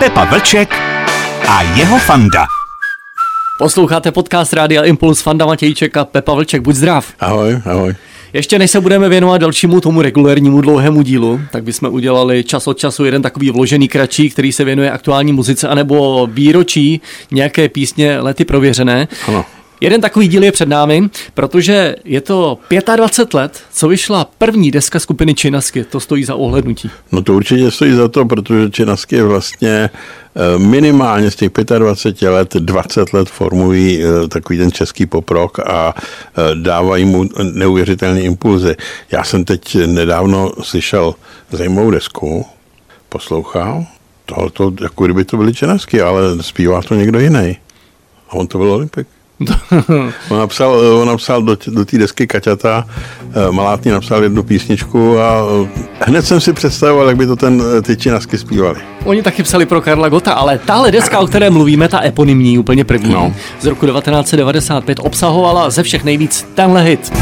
Pepa Vlček a jeho fanda. Posloucháte podcast Rádia Impuls, Fanda Matějček a Pepa Vlček. Buď zdrav. Ahoj, ahoj. Ještě než se budeme věnovat dalšímu tomu regulérnímu dlouhému dílu, tak bychom udělali čas od času jeden takový vložený kratší, který se věnuje aktuální muzice, anebo výročí nějaké písně lety prověřené. Ano. Jeden takový díl je před námi, protože je to 25 let, co vyšla první deska skupiny Činasky. To stojí za ohlédnutí. No to určitě stojí za to, protože Činasky je vlastně minimálně z těch 25 let, 20 let formují takový ten český poprock a dávají mu neuvěřitelné impulzy. Já jsem teď nedávno slyšel zajímavou desku, poslouchal, tohoto, jako kdyby to byly Činasky, ale zpívá to někdo jiný. A on to byl Olympik. On napsal do té desky Kaťata, Malátný napsal jednu písničku a hned jsem si představoval, jak by to ty Činasky zpívali. Oni taky psali pro Karla Gotta, ale tahle deska, o které mluvíme, ta eponymní, úplně první, z roku 1995, obsahovala ze všech nejvíc tenhle hit.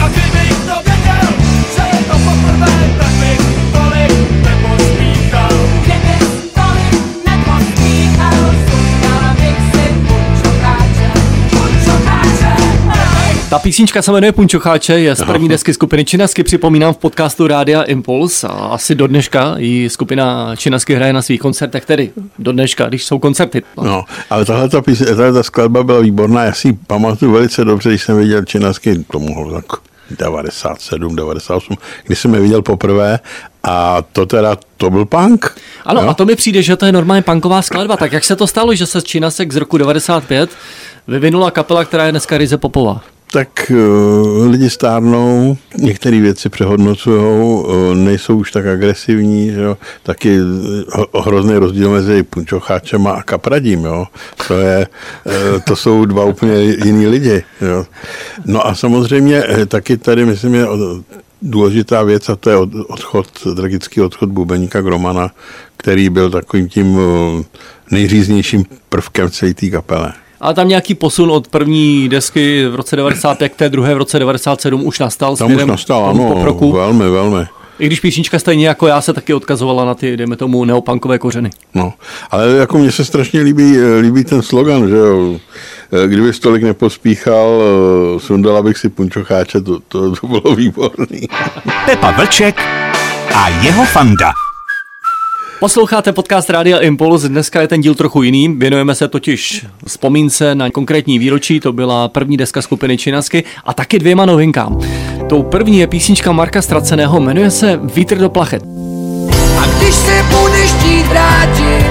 Ta písnička se jmenuje Punčocháče, je z první desky skupiny Činasky, připomínám v podcastu Rádia Impuls a asi do dneška ji skupina Činasky hraje na svých koncertech, tedy do dneška, když jsou koncerty. No, ale tahle ta skladba byla výborná, já si ji pamatuju velice dobře, když jsem viděl Činasky, to mohlo tak 97, 98, když jsem je viděl poprvé a to byl punk. Ano, jo? A to mi přijde, že to je normálně punková skladba, tak jak se to stalo, že se z Činasek z roku 95 vyvinula kapela, která je dneska ryze popová? Tak lidi stárnou, některé věci přehodnocujou, nejsou už tak agresivní, že jo? Taky hrozný rozdíl mezi Punčocháčem a Kapradím, jo? To jsou dva úplně jiný lidi, jo? No a samozřejmě taky tady, myslím, je důležitá věc a to je tragický odchod bubeníka Gromana, který byl takovým tím nejříznějším prvkem celé té kapele. Ale tam nějaký posun od první desky v roce 95 k té druhé v roce 97 už nastal. Tam už nastal, ano, velmi. I když písnička stejně jako já se taky odkazovala na ty, dejme tomu, neopunkové kořeny. No, ale jako mně se strašně líbí ten slogan, že jo. Kdybych tolik nepospíchal, sundala bych si Punčocháče, to bylo výborný. Pepa Vlček a jeho fanda. Posloucháte podcast Rádia Impuls, dneska je ten díl trochu jiný, věnujeme se totiž vzpomínce na konkrétní výročí, to byla první deska skupiny Činasky a taky dvěma novinkám. Tou první je písnička Marka Ztraceného, jmenuje se Vítr do plachet. A když se budeš chtít vrátit,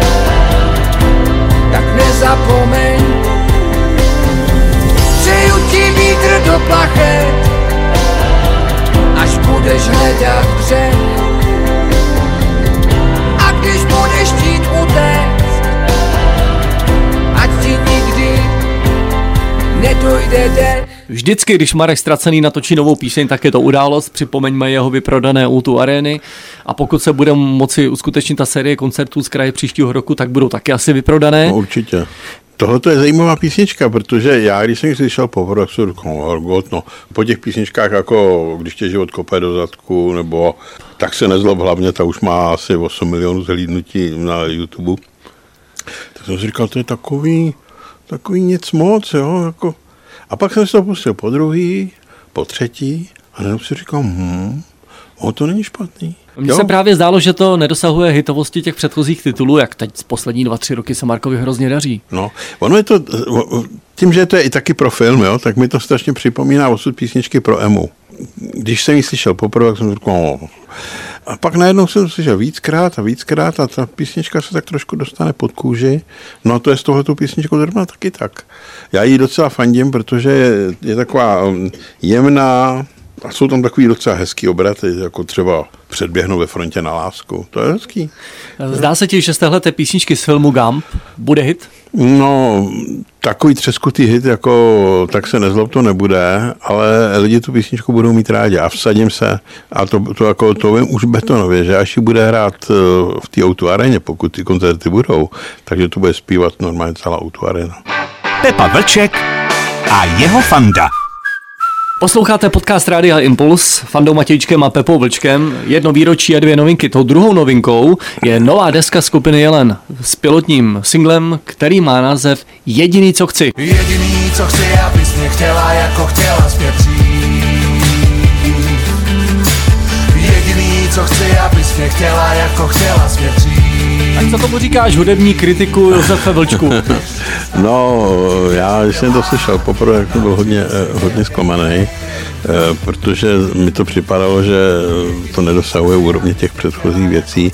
tak nezapomeň, přeju ti vítr do plachet, až budeš hledat břeh. Když budeš chtít utéct, ať ti nikdy nedojde dech. Vždycky, když Marek Ztracený natočí novou píseň, tak je to událost. Připomeňme jeho vyprodané U2 arény a pokud se bude moci uskutečnit ta série koncertů z kraje příštího roku, tak budou taky asi vyprodané. No, určitě. Tohle je zajímavá písnička, protože já, když jsem ji slyšel poprvé, po těch písničkách, jako Když tě život kope do zadku, nebo Tak se nezlob, hlavně ta už má asi 8 milionů zhlídnutí na YouTube, tak jsem si říkal, to je takový nic moc, jo, jako. A pak jsem si to pustil po druhý, po třetí a najednou si říkal, to není špatný. Mně se právě zdálo, že to nedosahuje hitovosti těch předchozích titulů, jak teď z poslední 2-3 roky se Markovi hrozně daří. No, ono je to, tím, že to je i taky pro film, jo, tak mi to strašně připomíná osud písničky pro Emu. Když jsem ji slyšel poprvé, tak jsem říkal, a pak najednou jsem slyšel víckrát a ta písnička se tak trošku dostane pod kůži. No a to je z tohletou písničkou zrovna taky tak. Já ji docela fandím, protože je taková jemná, a jsou tam takový docela hezký obraty, jako třeba Předběhnu ve frontě na lásku. To je hezký. Zdá se ti, že z téhleté písničky z filmu Gump bude hit? No, takový třeskutý hit, jako Tak se nezlob, to nebude, ale lidi tu písničku budou mít rádi a vsadím se, a to vím už betonově, že až ji bude hrát v té O2 aréně, pokud ty koncerty budou, takže to bude zpívat normálně celá O2 aréna. Pepa Vlček a jeho fanda. Posloucháte podcast Rádia Impuls, Fandou Matějčkem a Pepou Vlčkem. Jedno výročí a 2 novinky. Tou druhou novinkou je nová deska skupiny Jelen s pilotním singlem, který má název Jediný, co chci. Jediný, co chci, abys mě chtěla, jako chtěla jsi mě přijít. Jediný, co chci, abys mě chtěla, jako chtěla jsi mě přijít. Tak co tomu říkáš, hudební kritiku Josefe Vlčku? No, já, když jsem to slyšel poprvé, jak byl hodně zklamaný, protože mi to připadalo, že to nedosahuje úrovně těch předchozích věcí.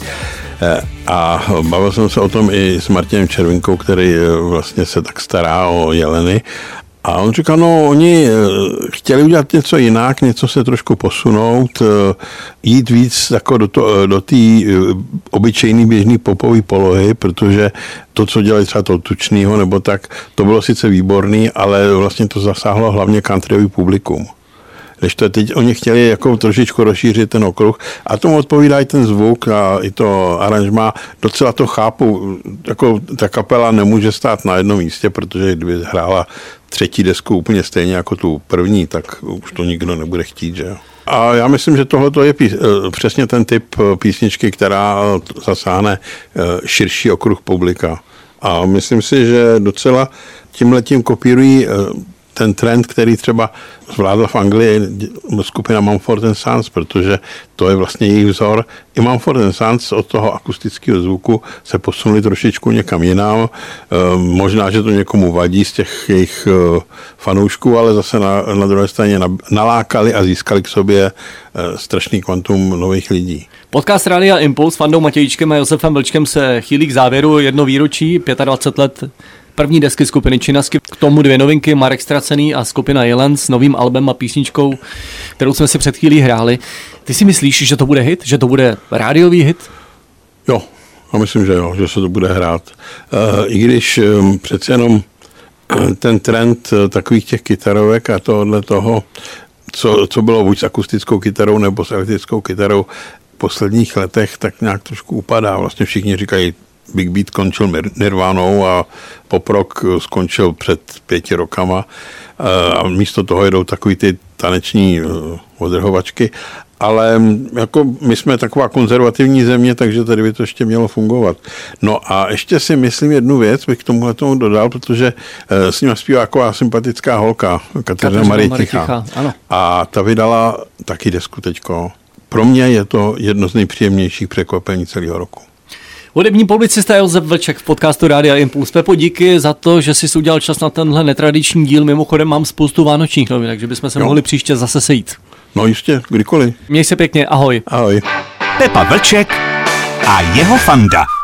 A bavil jsem se o tom i s Martinem Červinkou, který vlastně se tak stará o jeleny. A on říkal, no oni chtěli udělat něco jinak, něco se trošku posunout, jít víc jako do té obyčejné běžné popové polohy, protože to, co dělají třeba toho Tučnýho nebo tak, to bylo sice výborný, ale vlastně to zasáhlo hlavně countryový publikum. Když to teď oni chtěli jako trošičku rozšířit ten okruh a tomu odpovídá i ten zvuk a i to aranžma. Docela to chápu, jako ta kapela nemůže stát na jednom místě, protože kdyby hrála třetí desku úplně stejně jako tu první, tak už to nikdo nebude chtít, že jo. A já myslím, že tohle je přesně ten typ písničky, která zasáhne širší okruh publika. A myslím si, že docela tímhletím kopírují ten trend, který třeba zvládla v Anglii skupina Mumford & Sons, protože to je vlastně jejich vzor. I Mumford & Sons od toho akustického zvuku se posunuli trošičku někam jinam. Možná, že to někomu vadí z těch jejich fanoušků, ale zase na druhé straně nalákali a získali k sobě strašný kvantum nových lidí. Podcast Rádia Impuls s Fandou Matějčkem a Josefem Vlčkem se chýlí k závěru, jedno výročí, 25 let první desky skupiny Činasky, k tomu 2 novinky, Marek Ztracený a skupina Jelen s novým albem a písničkou, kterou jsme si před chvílí hráli. Ty si myslíš, že to bude hit? Že to bude rádiový hit? Jo, já myslím, že jo, že se to bude hrát. I když přece jenom ten trend takových těch kytarovek a tohle toho, co bylo buď s akustickou kytarou nebo s elektrickou kytarou v posledních letech, tak nějak trošku upadá. Vlastně všichni říkají, Big Beat skončil Nirvánou a pop rock skončil před 5 rokama a místo toho jedou takový ty taneční odrhovačky, ale jako my jsme taková konzervativní země, takže tady by to ještě mělo fungovat. No a ještě si myslím jednu věc, bych k tomuhle tomu dodal, protože s ním zpívá taková sympatická holka, Kateřina Marie Tichá. A ta vydala taky desku teďko. Pro mě je to jedno z nejpříjemnějších překvapení celého roku. Hudební publicista Josef Vlček v podcastu Rádia Impuls. Pepo, díky za to, že jsi udělal čas na tenhle netradiční díl. Mimochodem mám spoustu vánočních novin, takže bychom se mohli příště zase sejít. No jistě, kdykoliv. Měj se pěkně, ahoj. Ahoj. Pepa Vlček a jeho fanda.